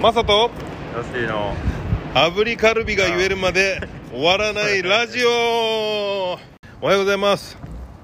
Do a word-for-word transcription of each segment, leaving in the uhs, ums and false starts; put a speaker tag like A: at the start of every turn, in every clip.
A: マサと
B: ヨッシーの
A: 炙りカルビが言えるまで終わらないラジオ。おはようございます。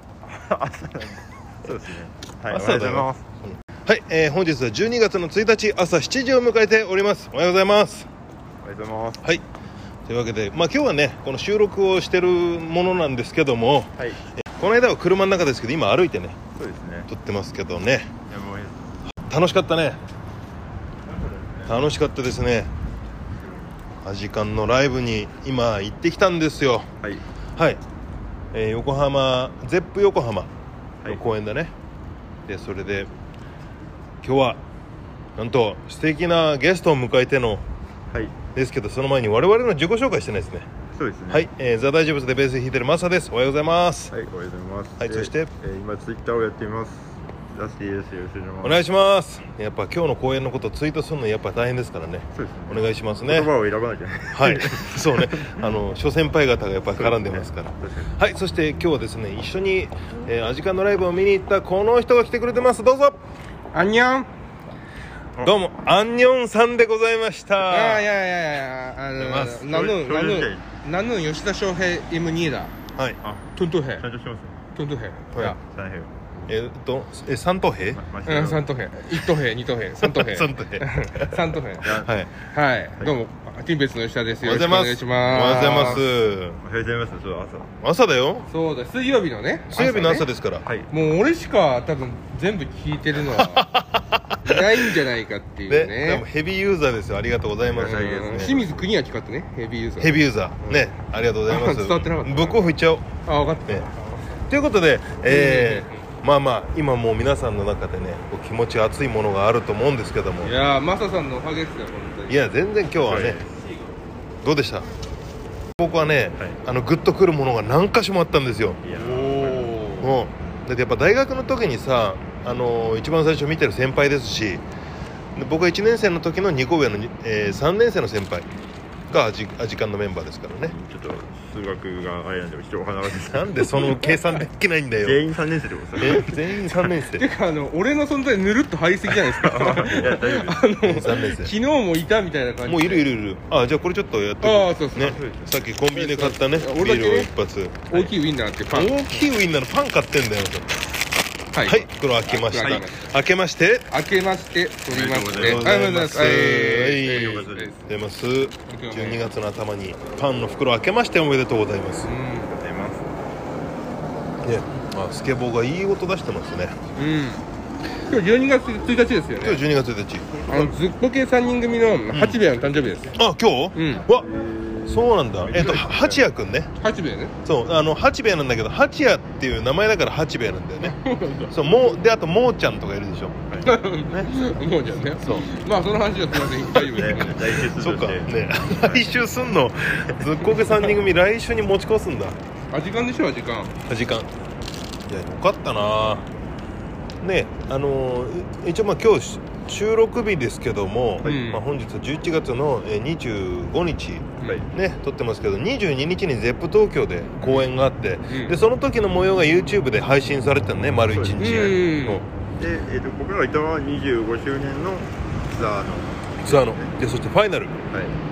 B: そうですね、はい、
A: 朝だよ。
B: おはようございます。
A: はい、えー、本日はじゅうにがつのついたち朝しちじを迎えております。おはようございます。
B: おはようございます。
A: はい、というわけで、まあ、今日はねこの収録をしてるものなんですけども、
B: はい、
A: この間は車の中ですけど今歩いてね
B: そうですね、
A: 撮ってますけどね。
B: いやもう
A: 楽しかったね。楽しかったですね。アジカンのライブに今行ってきたんですよ。
B: はい
A: はい、えー、横浜ゼップ横浜の公園だね、はい、でそれで今日はなんと素敵なゲストを迎えての、はい、ですけどその前に我々の自己紹介してないですね。
B: そうですね、
A: はい、えー、ザ・大丈夫でベース弾いてるマサです。おはようございます。
B: はい、おはようございます。
A: はい、そして、
B: えー、今ツイッターをやっています。ラスティです。よろしくお願いします。
A: お願いします。やっぱ今日の公演のことツイートするのやっぱ大変ですからね。
B: そうですね、
A: お願いしますね。
B: 言葉を選ばなきゃ
A: はいそうね、あの諸先輩方がやっぱ絡んでますから、ね、はい。そして今日はですね一緒に、えー、アジカンのライブを見に行ったこの人が来てくれてます。どうぞ。
C: アンニョン。
A: どうもアンニョンさんでございました。
C: あいやいやいやあのナヌナヌナヌ吉田翔平イムニーダ。
A: はい。
C: あトントヘ。
B: ちゃんとしてますね。
C: トントヘ。
A: はい。
B: 三平。
A: えっとえ三等兵？
C: うん三等兵。一等兵二等兵三等兵。
A: 三等兵。
C: 三等兵。
A: はい
C: はいどうもティンベツの吉田です。よろしくお願いします。
A: おはようございます。
B: おはようございます。そう朝。
A: 朝だよ。
C: そうだ水曜日のね。
A: 水曜日の朝ですから。
B: はい。
C: もう俺しか多分全部聞いてるのはないんじゃないかっていうね。
A: でもヘビーユーザーですよ。ありがとうございます。
C: 清水国明かってねヘビーユーザー。
A: ヘビーユーザーね、ありがとうございます。
C: 伝わってなかった。
A: ブックオフいっちゃおう。
C: あ分かった。
A: ということで、えーまあまあ今もう皆さんの中でね気持ち熱いものがあると思うんですけども、
C: いやーマサさんのおかげですよ本当に。
A: いや全然今日はね、はい、どうでした？僕はね、はい、あのグッとくるものが何箇所もあったんですよ。
B: いや
A: おー、だってやっぱ大学の時にさ、あのー、一番最初見てる先輩ですし、僕はいちねん生の時のにこ上の、えー、さんねん生の先輩がアジ、アジカンのメンバーですからね。
B: ちょっと数学があれなんで一応お花がです
A: なんでその計算できないんだよ。
B: 全員さんねん生ってことですか？
A: 全員さんねん生。
C: てかあの俺の存在ぬるっと入りすぎじゃないですか。
B: いや大丈夫です。
C: あの
A: さんねん生
C: 昨日もいたみたいな感じで。
A: もういるいるいる。あ、じゃあこれちょっとやって
C: ああそうそう
A: ね。さっきコンビニで買ったねビ
C: 俺だけね
A: ールを一発。
C: 大きいウインナーってパン。
A: 大きいウインナーのパン買ってんだよ。
C: はい、
A: はい、袋開けました。
C: はい
A: 開けまして
C: 開けまして取りまして
A: ありがとうございます。はい、
C: はい
A: 出ます。じゅうにがつの頭にパンの袋開けましておめでとうございます。
C: うん
B: 出ます
A: ね、あスケボーがいい音出してますね。
C: うん今日じゅうにがつついたちですよね。
A: 今日じゅうにがつついたち。
C: あのずっこけさんにん組の八兵衛の誕生日です。
A: あ今日？
C: うん
A: わそうなんだ。えっと八谷くんね。
C: 八兵衛ね。
A: そうあの八兵衛なんだけど八谷っていう名前だから八兵衛なんだよね。そうもうであともーちゃんとかいるでしょ。
C: ね、もうじゃね。
A: そう
C: まあその話はすみません大丈夫です。
A: そうかね来週すんのずっこけさんにん組来週に持ち越すんだ。
C: あ時間でしょ時間。
A: 時間いやよかったなね。あのー、一応まあ今日収録日ですけども、はいまあ、本日じゅういちがつのにじゅうごにち、はいね、撮ってますけどにじゅうににちに ゼップ 東京で公演があって、うん、でその時の模様が YouTube で配信されてたのね丸いちにち。で、
B: えー、と僕らがいたのはにじゅうごしゅうねんのツアーの
A: ツアーのでそしてファイナル、はい、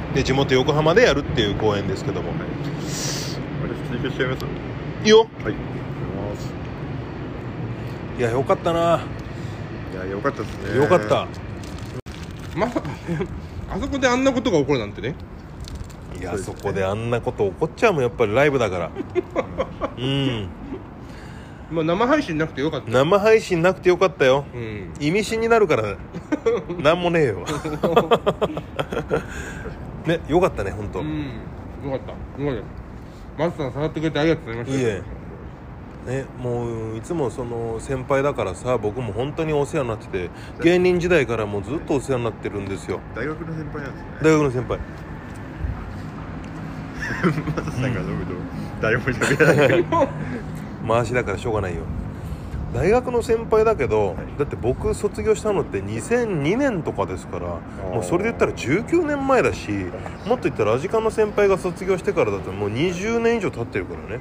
A: で地元横浜でやるっていう公演ですけども、はい、
B: 私追加しちゃいます。
A: いいよ。
B: はい
A: いやよかったな。
B: いやよかったですね。
A: よかった。
C: まさかあそこであんなことが起こるなんてね。
A: いや そ,、ね、そこであんなこと起こっちゃうもんやっぱりライブだからうん
C: まあ生配信なくてよかった。
A: 生配信なくてよかったよ、うん、意味深になるからなんもねえよねよかったね本当。
C: うんよかったよかったマスター触ってくれてありがとうございました。
A: いえね、もういつもその先輩だからさ僕も本当にお世話になってて芸人時代からもうずっとお世話になってるんですよ。
B: 大学の先輩なんですね。
A: 大学の先輩
B: マサさんが飲むと誰も喋らない
A: 回しだからしょうがないよ。大学の先輩だけど、はい、だって僕卒業したのってにせんにねんとかですからもうそれで言ったらじゅうきゅうねんまえだしもっと言ったらアジカンの先輩が卒業してからだともうにじゅうねん以上経ってるからね。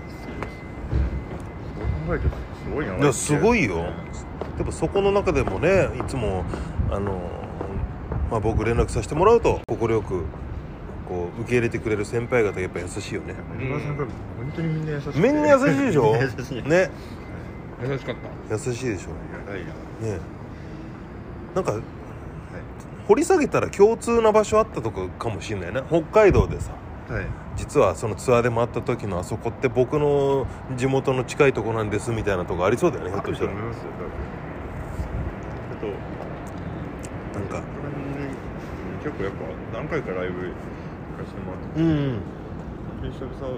B: すごいな。
A: いやすごいよ。でもそこの中でもねいつもあのまあ、僕連絡させてもらうと快くこう受け入れてくれる先輩方やっぱ優しいよね。
B: 山田さんが本当にみんな優しい。
A: みんな優しいでしょ
B: 優しい
A: ね。
C: 優しかった。
A: 優しいでしょ
B: ありがたいな。
A: ね。なんか掘り下げたら共通な場所あったとかかもしれないね。北海道でさ、
B: はい、
A: 実はそのツアーで回った時のあそこって僕の地元の近いとこなんですみたいなとこありそうだよね、ひょっとしたら。
B: あると思いますよ。あと
A: なんか
B: 結構やっぱ何回かライブ行かせてもらってて、
A: うん、
B: 本当に久々ですね。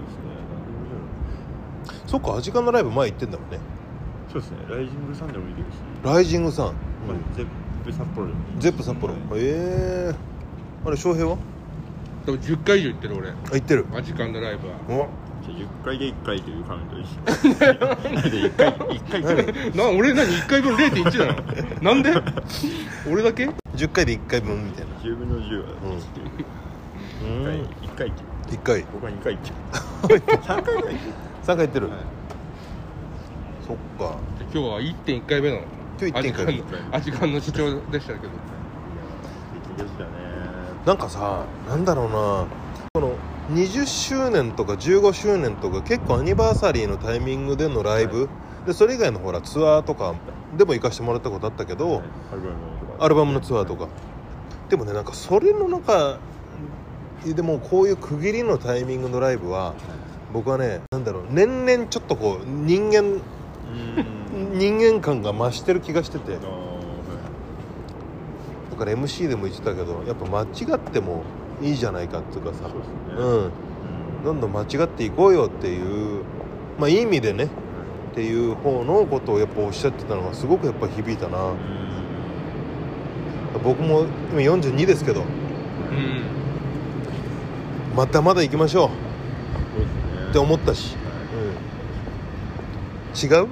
A: そっか、アジカンのライブ前行ってんだもんね。
B: そうですね。ライジングさんでも見てるし、
A: ライジングさん、うん、
B: まあ、ゼップ札幌でも
A: ゼップ札幌、
B: はい、
A: ええー、あれ翔平は
C: 多分じゅっかい以上行ってる俺。
A: あ、行ってる。
C: アジカンのライブは。
A: お、
B: じゃあじゅっかいでいっかいというカウントでしたでいっかいいっかい
C: な、俺何いっかいぶん れいてんいち なのなんで俺だけ
A: じゅっかいでいっかいぶんみたいな。
B: じゅうぶんのじゅうは
A: うん、
B: いっかいいっかい行って
A: いっかい
B: 僕はにかい行ってさんかいぐらい行って
A: さんかい行ってる、
B: はい、
A: そっか。
C: 今日は いってんいっかいめの
A: 今日 いってんいっかいめ
C: アジカンの主張でしたけど、
B: 素敵でしたね。
A: なんかさ、なんだろうな、このにじゅっしゅうねんとかじゅうごしゅうねんとか結構アニバーサリーのタイミングでのライブ、はい、でそれ以外のほらツアーとかでも行かしてもらったことあったけど、はい、
B: アルバムとか
A: アルバムのツアーとかでもね、なんかそれの中でもこういう区切りのタイミングのライブは、はい、僕はね、なんだろう、年々ちょっとこう人間人間感が増してる気がしてて、だから エムシー でも言ってたけど、やっぱ間違ってもいいじゃないかっていうかさ、う、ね、うん、どんどん間違っていこうよっていう、まあいい意味でね、っていう方のことをやっぱおっしゃってたのがすごくやっぱ響いたな。僕も今よんじゅうにですけど、うん、またまだ行きましょう、そうですね、って思ったし、うん、違う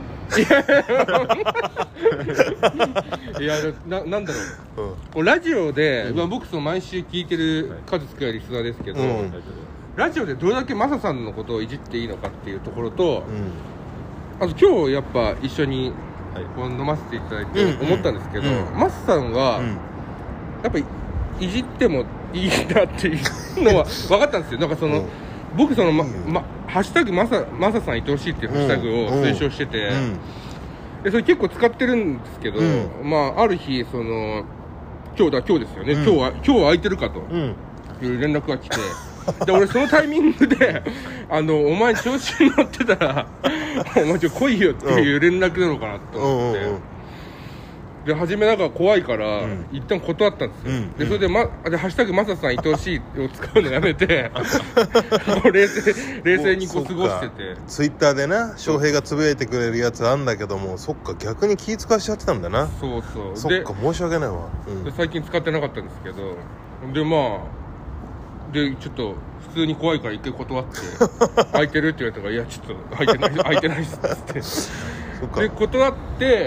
C: いや な, なんだろう、うん、ラジオで、うん、まあ、僕その毎週聞いてる数少ないリスナーですけど、うん、ラジオでどれだけマサさんのことをいじっていいのかっていうところと、うん、あと今日やっぱ一緒にこう飲ませていただいて思ったんですけど、うんうん、マサさんは、うん、やっぱりいじってもいいなっていうのは分かったんですよ。なんかその、うん、僕その、まま、ハッシュタグマサ、マサさんいてほしいっていうハッシュタグを推奨してて、うんうん、でそれ結構使ってるんですけど、うん、まあある日その今日だ今日ですよね、うん、今日は今日は空いてるかという連絡が来て、で俺そのタイミングであのお前調子に乗ってたらお前ちょ来いよっていう連絡なのかなと思って、うんうんうん、で初めなんか怖いから、うん、一旦断ったんですよ、うん、でそれで、ま、でハッシュタグマサさんいてほしいを使うのやめてもう冷静冷静にこう過ごしてて、
A: ツイッターでな翔平がつぶやいてくれるやつあんだけども、そっか逆に気使わしちゃってたんだな。
C: そうそう、
A: そっか申し訳ないわ、
C: うん、で最近使ってなかったんですけど、でまあでちょっと普通に怖いから一回断って空いてるって言われたから、いやちょっと空いてない空いてないっすってそっかで断って、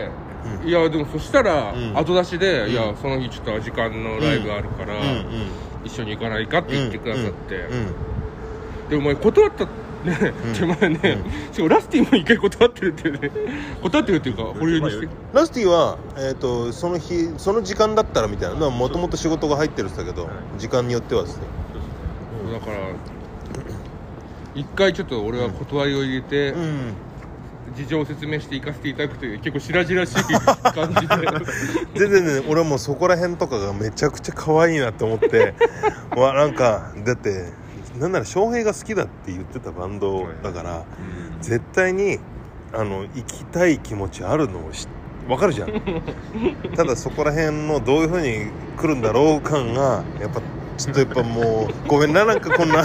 C: うん、いやでもそしたら後出しで、うん、いやその日ちょっと時間のライブあるから、うんうんうん、一緒に行かないかって言ってくださって、うんうんうん、でお前断ったね、うん、手前ね、うん、しかもラスティも一回断ってるっていうね断ってるっていうか保留にして、
A: ラスティは、えー、とその日その時間だったらみたいな、もともと仕事が入ってるって言ったけど、時間によってはですね、
C: だから一回ちょっと俺は断りを入れて、うんうん、事情を説明して行かせていただくという結構白々しい感じで
A: 全然ね、俺はもうそこら辺とかがめちゃくちゃ可愛いなって思ってわなんかだってなんなら翔平が好きだって言ってたバンドだから、はい、うん、絶対にあの行きたい気持ちあるのを知ってわかるじゃんただそこら辺のどういう風に来るんだろう感がやっぱちょっとやっぱもうごめんな、なんかこんな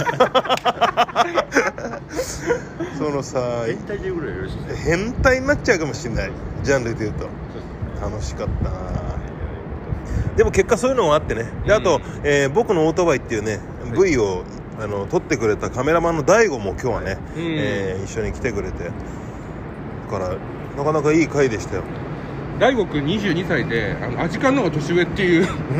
A: そのさ
B: 変態でぐらいよろしいです
A: ね。変態になっちゃうかもしれない、ジャンルで言うと。楽しかったな。でも結果そういうのがあってね。であと、うん、えー、僕のオートバイっていうね V をあの撮ってくれたカメラマンの大悟も今日はね、うん、えー、一緒に来てくれて、だからなかなかいい回でしたよ。
C: 大悟くんにじゅうにさいであのアジカンの方が年上っていう、うん、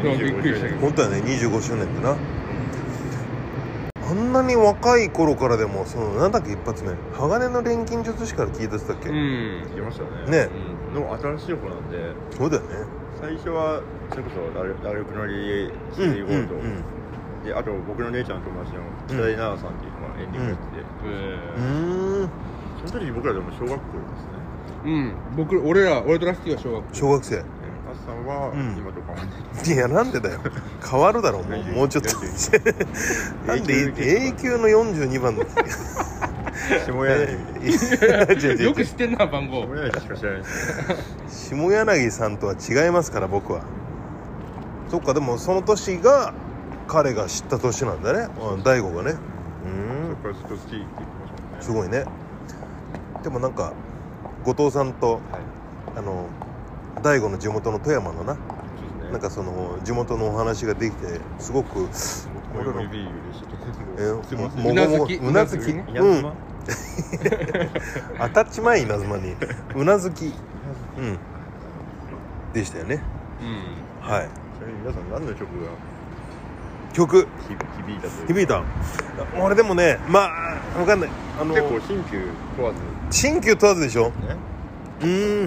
C: のがびっくりしたけど、
A: 本当はねにじゅうごしゅうねんってな、あんなに若い頃からでもそのなんだっけ一発目鋼の錬金術師から聞いたってたっけ、うん、
B: 聞きましたね。
A: ね、
B: うん、でも新しい方なんで、
A: そうだよね。
B: 最初はそれこそラルラルクのリレースリーゴールド、
A: うんうんうん
B: であと僕の姉ちゃんの友達の北井奈々さんっていうのがエンディングやってて、
A: うーん
B: その時に僕らでも小学校ですね。
C: うん僕俺ら俺とラスティは小学校
A: 小学生。
B: アスさんは
A: うん
B: 今とかも、
A: いやなんでだよ変わるだろうもうもうちょっとなんで A 級のよんじゅうにばんの
B: 下柳
C: よく知ってんな番号。
B: 下柳しか知らないですね。
A: 下柳さんとは違いますから僕は。そっかでもその年が彼が知った年なんだね、大悟がね。うん
B: そこからずっと好きって言ってましたもんね。
A: すごいね。でもなんか後藤さんと、
B: はい、
A: あの大悟の地元の富山のな、
B: そうですね、
A: なんかその地元のお話ができてすごく
B: 俺のビールでした
A: えー
B: すいません、
A: も
C: うなずき
A: うなずき
C: うなずき
A: うん当たっちまい稲妻にうなずきうんでしたよね。
C: うん
A: はい。
B: ちなみに皆さん何の曲が
A: 曲
B: 響いたというか
A: 響いた。俺でもねまあわかんない、あの
B: 結構新旧問わず
A: 新旧問わずでしょ。
B: ね。
A: うーん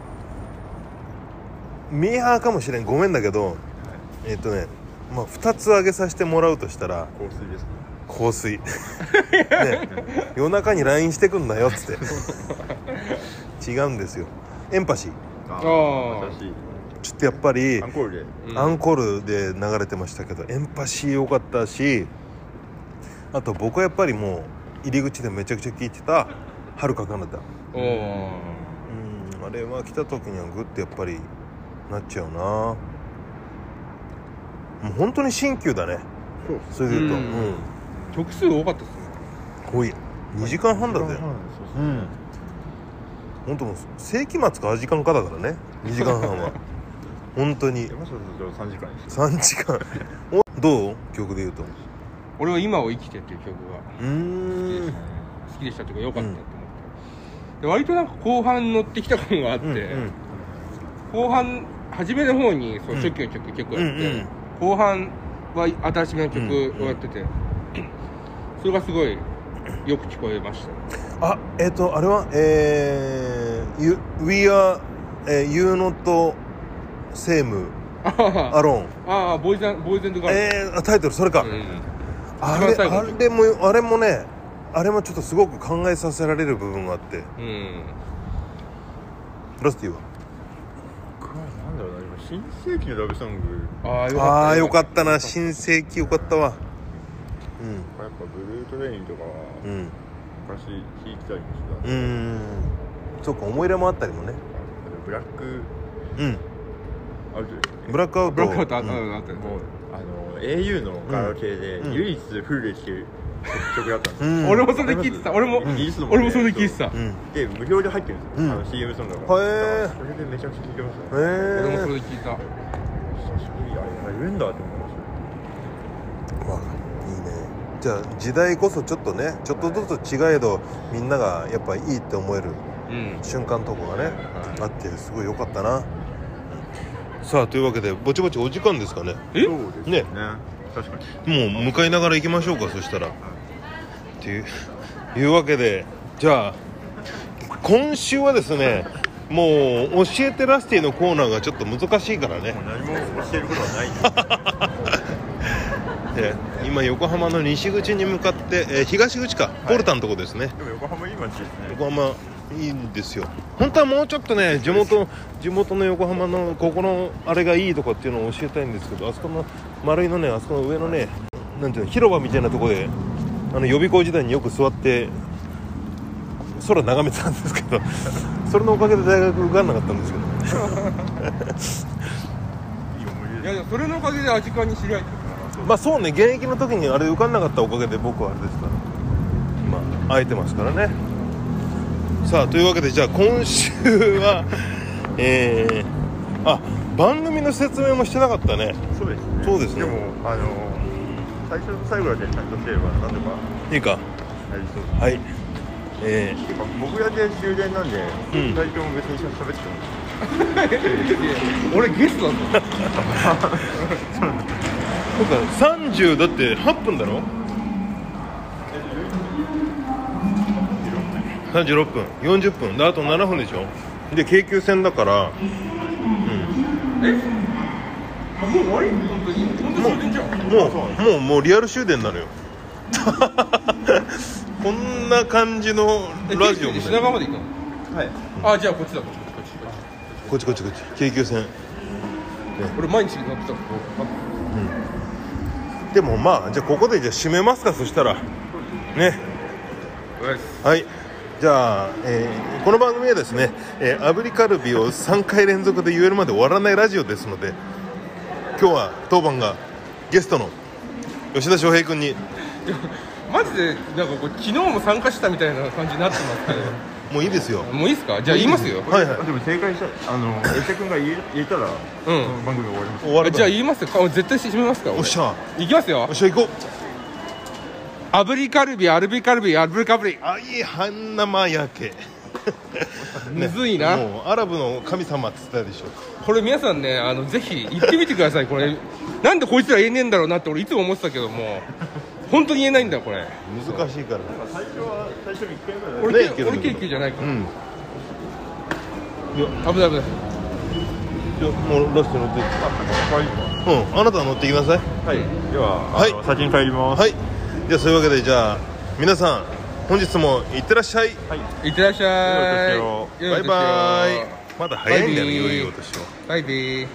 A: ミーハーかもしれん、ごめんだけど、
B: はい、
A: えっとねまあふたつ挙げさせてもらうとしたら
B: 香水ですね。
A: 香水ね、夜中に ライン してくんなよっつって違うんですよ。エンパシー
C: あー
B: 私
A: ちょっとやっぱり
B: アンコールで、
C: うん
A: アンコールで流れてましたけどエンパシー良かったし、あと僕はやっぱりもう入り口でめちゃくちゃ聴いてた遥か彼方、
C: おー
A: うんあれは来た時にはグッてやっぱりなっちゃうな。もう本当に新旧だね。
B: そう
A: それで言うと、
C: う
A: うんん、
C: 曲数多かったっすね。
A: 多い。にじかんはんだぜ。
B: そうですね。
A: 本当もう世紀末か時間かだからね、にじかんはんは本当に
B: 山下さんとさんじかんです。
A: さんじかんおどう曲で言うと。
C: 俺は今を生きてっていう曲が
A: うーん
C: 好きでしたというか良かったと思って、で割となんか後半乗ってきた感があって、
A: うんうん
C: 後半初めの方にそう初期の曲結構やって、
A: うんうん
C: 後半は新しめの曲をやってて、それがすごいよく聞こえました。
A: あえっ、ー、とあれはえー、you, We are、えー、You not same
C: あ
A: alone
C: あボーイズボーイズ&ガールズ、
A: えー、タイトルそれか、
C: うん、
A: あれ
C: 一番最後
A: あれもあれもねあれもちょっとすごく考えさせられる部分があって。
C: うん
A: ラスティは
B: なんだろうな、今新世紀のラブソング
C: ああよ
A: ああーよか
C: っ
A: ったな、新世紀よかったわ。
B: やっぱブルートレインとかは
A: うんうん
B: 昔聴いてたりもしてたんで、
A: うーんそっか思い入れもあったりもね。
B: ブラック
A: うん
B: アウトですね。
A: ブラックアウト
C: たブラックアウトあった
A: うん
C: あった
B: もうあの エーユー のカラオケで
A: うん
B: 唯一フルで聴ける曲だったんですよ、
A: うん
C: 俺もそれ聞いてた俺も、
B: イギリスのもね
C: 俺もそれ聞いてた、
A: うん
B: で無料で入ってるんですよ、
A: うん
B: あの シーエム ソングが、
A: へー
B: だからそれでめちゃくちゃ聴いてました
A: へ
B: ね、
C: 俺もそれ
A: え
C: 聞いた。
B: 久しぶり、あれやるんだって思いました。
A: わいいね。じゃあ時代こそちょっとねちょっとずつ違えどみんながやっぱいいって思える
C: うん
A: 瞬間とかがね、あってすごい良かったな。さあというわけでぼちぼちお時間ですかね。
C: え
B: そうですね確かに。
A: もう向かいながら行きましょうか。そしたらっていういうわけでじゃあ今週はですねもう教えてラスティのコーナーがちょっと難しいからね。
B: もう何も教えることはないんで
A: で今横浜の西口に向かって、えー東口か、ポルタのとこですね。
B: でも横浜いい街ですね。
A: 横浜いいんですよ。本当はもうちょっとね地元地元の横浜のここのあれがいいとかっていうのを教えたいんですけど、あそこの丸いのねあそこの上のねなんていうの広場みたいなところであの予備校時代によく座って空眺めてたんですけどそれのおかげで大学受かんなかったんですけど
B: いい思い出
C: いやいやそれのおかげでアジカンに知り合えてるから。
A: まあそうね現役の時にあれ受かんなかったおかげで僕はあれですから今会えてますからね。さあというわけでじゃあ今週はえー、あ番組の説明もしてなかったね。
B: そうですね。
A: そうですね
B: でもあの最初と最後だけちゃんとすればなんとか
A: いいか
B: なりそうです。
A: はいえ
B: てか僕だけ終電なんで、
A: うん
B: ふたりとも別に一緒に喋っても
C: 俺ゲストだぞ。
A: ー、そうかさんじゅうだってはっぷんだろ。さんじゅうろっぷんよんじゅっぷんであとななふんでしょ。で京急線だからうん
C: えもう終わり？本当に本当に終電じゃん。
A: もうもうもうリアル終電なのよこんな感じのラジオも
C: 品川まで行くの？
B: はい。
C: あ、じゃあこっちだこっちこっちこっち
A: こっちこっちこっち京急線、ね、
C: 俺毎日乗ってたここ。
A: でもまあじゃあここでじゃあ締めますか。そしたらね、はいじゃあ、えー、この番組はですね、えー、炙りカルビをさんかい連続で言えるまで終わらないラジオですので、今日は当番がゲストの吉田翔平君に
C: マジでなんかこう昨日も参加したみたいな感じになってますけど
A: もういいですよ。
C: もういいですか？じゃあ言いますよ。
A: はいはい。
B: でも正解したあの吉田君が言え言えたら、うん、番組終わります。
A: 終わる。
C: じゃあ言いますよ。絶対締めますから。
A: おっしゃ。
C: 行きますよ。
A: おっしゃ行こう。
C: 炙りカルビ、アルビカルビ、アルビカルビ。
A: あいはんなまやけ。
C: むずいな。
A: もうアラブの神様って言ったでしょ。
C: これ皆さんね、あのぜひ行ってみてください。これなんでこいつら言えねえんだろうなって俺いつも思ってたけども、本当に言えないんだよこれ。
A: 難しいから。
B: 最初は最初のいっかいぐらい。
C: 俺、
A: ね、
C: 俺京急じゃないから。
A: うん。い
C: や危ない危ない。
A: いやもうラスト乗って。うん。あなた乗ってきなさい。
B: はい。では、はい、先に帰ります。
A: はい。じゃあそういうわけでじゃあ皆さん本日もいってらっしゃい。
B: はい。
C: いってらっしゃい。
B: よいお年を。
A: バイバイ。まだ早いんだよね、言おうとしよう。
C: バイビー。